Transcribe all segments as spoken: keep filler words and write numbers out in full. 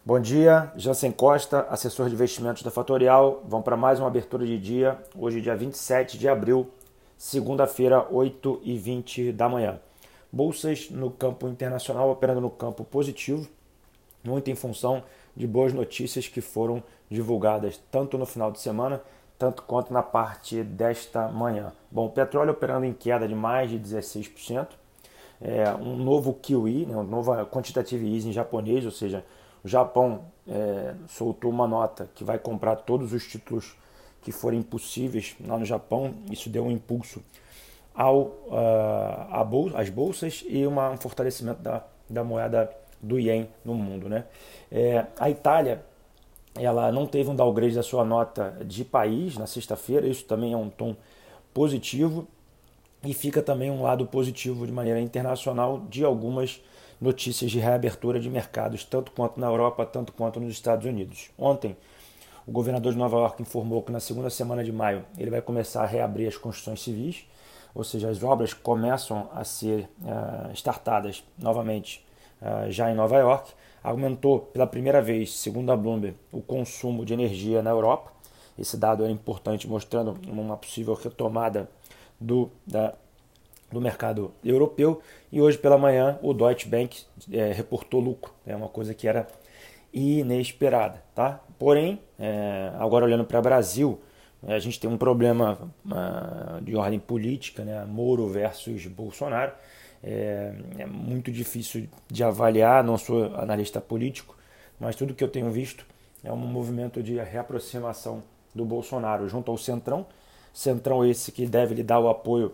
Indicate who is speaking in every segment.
Speaker 1: Bom dia, Jansen Costa, assessor de investimentos da Fatorial. Vamos para mais uma abertura de dia, hoje dia vinte e sete de abril, segunda-feira, oito e vinte da manhã. Bolsas no campo internacional operando no campo positivo, muito em função de boas notícias que foram divulgadas tanto no final de semana, tanto quanto na parte desta manhã. Bom, o petróleo operando em queda de mais de dezesseis por cento, é, um novo Q E, né, um novo quantitative easing japonês, ou seja, o Japão é, soltou uma nota que vai comprar todos os títulos que forem possíveis lá no Japão. Isso deu um impulso ao, uh, a bol às bolsas e uma, um fortalecimento da, da moeda do ien no mundo, né? É, a Itália ela não teve um downgrade da sua nota de país na sexta-feira, isso também é um tom positivo, e fica também um lado positivo de maneira internacional de algumas notícias de reabertura de mercados, tanto quanto na Europa, tanto quanto nos Estados Unidos. Ontem, o governador de Nova York informou que na segunda semana de maio ele vai começar a reabrir as construções civis, ou seja, as obras começam a ser uh, startadas novamente uh, já em Nova York. Aumentou pela primeira vez, segundo a Bloomberg, o consumo de energia na Europa. Esse dado é importante, mostrando uma possível retomada do, da, do mercado europeu. E hoje pela manhã o Deutsche Bank é, reportou lucro, é uma coisa que era inesperada, tá? Porém, é, agora olhando para o Brasil, é, a gente tem um problema uh, de ordem política, né? Moro versus Bolsonaro. É, é muito difícil de avaliar, não sou analista político, mas tudo que eu tenho visto é um movimento de reaproximação do Bolsonaro junto ao Centrão. Centrão esse que deve lhe dar o apoio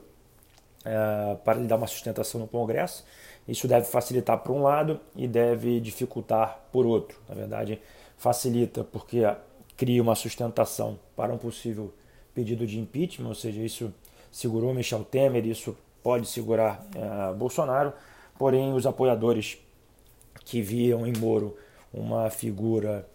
Speaker 1: é, para lhe dar uma sustentação no Congresso. Isso deve facilitar por um lado e deve dificultar por outro. Na verdade, facilita porque cria uma sustentação para um possível pedido de impeachment, ou seja, isso segurou Michel Temer, isso pode segurar é, Bolsonaro, porém os apoiadores que viam em Moro uma figura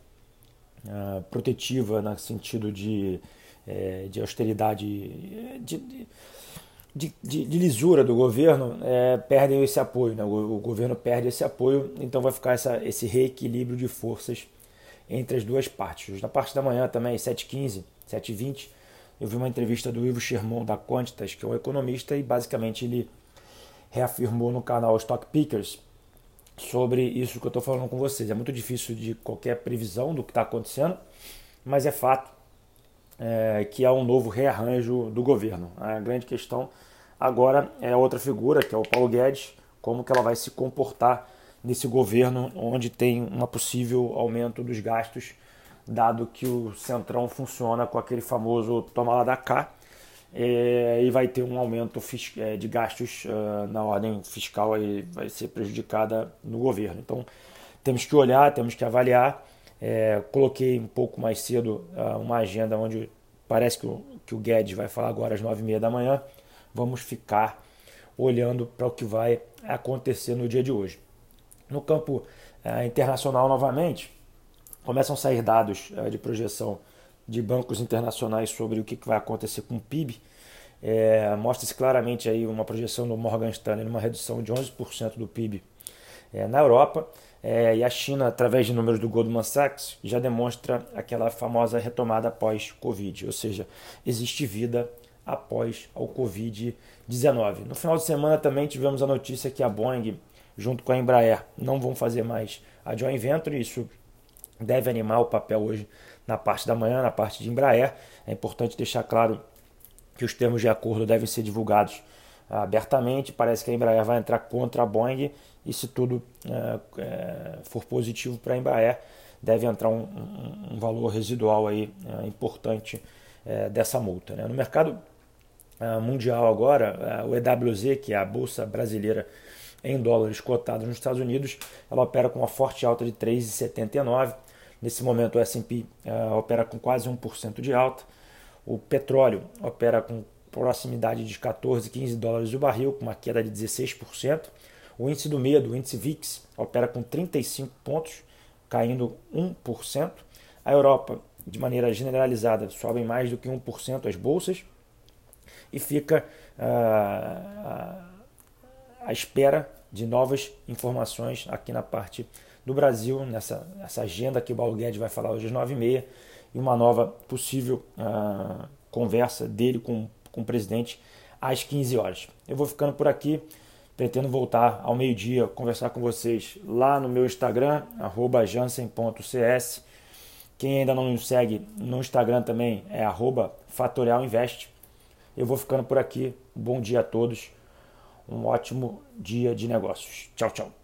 Speaker 1: é, protetiva no sentido de, é, de austeridade, de, de, de, de, de lisura do governo, é, perdem esse apoio, né? o, o governo perde esse apoio, então vai ficar essa, esse reequilíbrio de forças entre as duas partes. Na parte da manhã também, sete e quinze, sete e vinte, eu vi uma entrevista do Ivo Sherman da Quantitas, que é um economista, e basicamente ele reafirmou no canal Stock Pickers sobre isso que eu estou falando com vocês. É muito difícil de qualquer previsão do que está acontecendo, mas é fato é, que há um novo rearranjo do governo. A grande questão agora é outra figura, que é o Paulo Guedes, como que ela vai se comportar nesse governo onde tem um possível aumento dos gastos, dado que o Centrão funciona com aquele famoso toma lá da cá, é, e vai ter um aumento é, de gastos uh, na ordem fiscal, aí vai ser prejudicada no governo. Então temos que olhar, temos que avaliar. É, coloquei um pouco mais cedo uh, uma agenda onde parece que o, que o Guedes vai falar agora às nove e meia da manhã. Vamos ficar olhando para o que vai acontecer no dia de hoje. No campo uh, internacional novamente, começam a sair dados uh, de projeção de bancos internacionais sobre o que, que vai acontecer com o P I B. É, mostra-se claramente aí uma projeção do Morgan Stanley numa redução de onze por cento do P I B é, na Europa. É, e a China, através de números do Goldman Sachs, já demonstra aquela famosa retomada após Covid, ou seja, existe vida após o Covid dezenove. No final de semana também tivemos a notícia que a Boeing, junto com a Embraer, não vão fazer mais a joint venture. Isso deve animar o papel hoje na parte da manhã, na parte de Embraer. É importante deixar claro que os termos de acordo devem ser divulgados abertamente. Parece que a Embraer vai entrar contra a Boeing, e se tudo é, é, for positivo para a Embraer, deve entrar um, um, um valor residual aí, é, importante é, dessa multa, né? No mercado é, mundial agora, é, o E W Z, que é a Bolsa Brasileira em dólares cotados nos Estados Unidos, ela opera com uma forte alta de três vírgula setenta e nove. Nesse momento o S and P uh, opera com quase um por cento de alta. O petróleo opera com proximidade de quatorze, quinze dólares o barril, com uma queda de dezesseis por cento. O índice do medo, o índice V I X, opera com trinta e cinco pontos, caindo um por cento. A Europa, de maneira generalizada, sobe mais do que um por cento as bolsas, e fica uh, uh, à espera de novas informações aqui na parte do Brasil, nessa essa agenda que o Paulo Guedes vai falar hoje às nove e meia, e uma nova possível uh, conversa dele com, com o presidente às quinze horas. Eu vou ficando por aqui, pretendo voltar ao meio-dia, conversar com vocês lá no meu Instagram, arroba jansen ponto c s. Quem ainda não me segue no Instagram também é arroba fatorialinvest. Eu vou ficando por aqui. Bom dia a todos. Um ótimo dia de negócios. Tchau, tchau.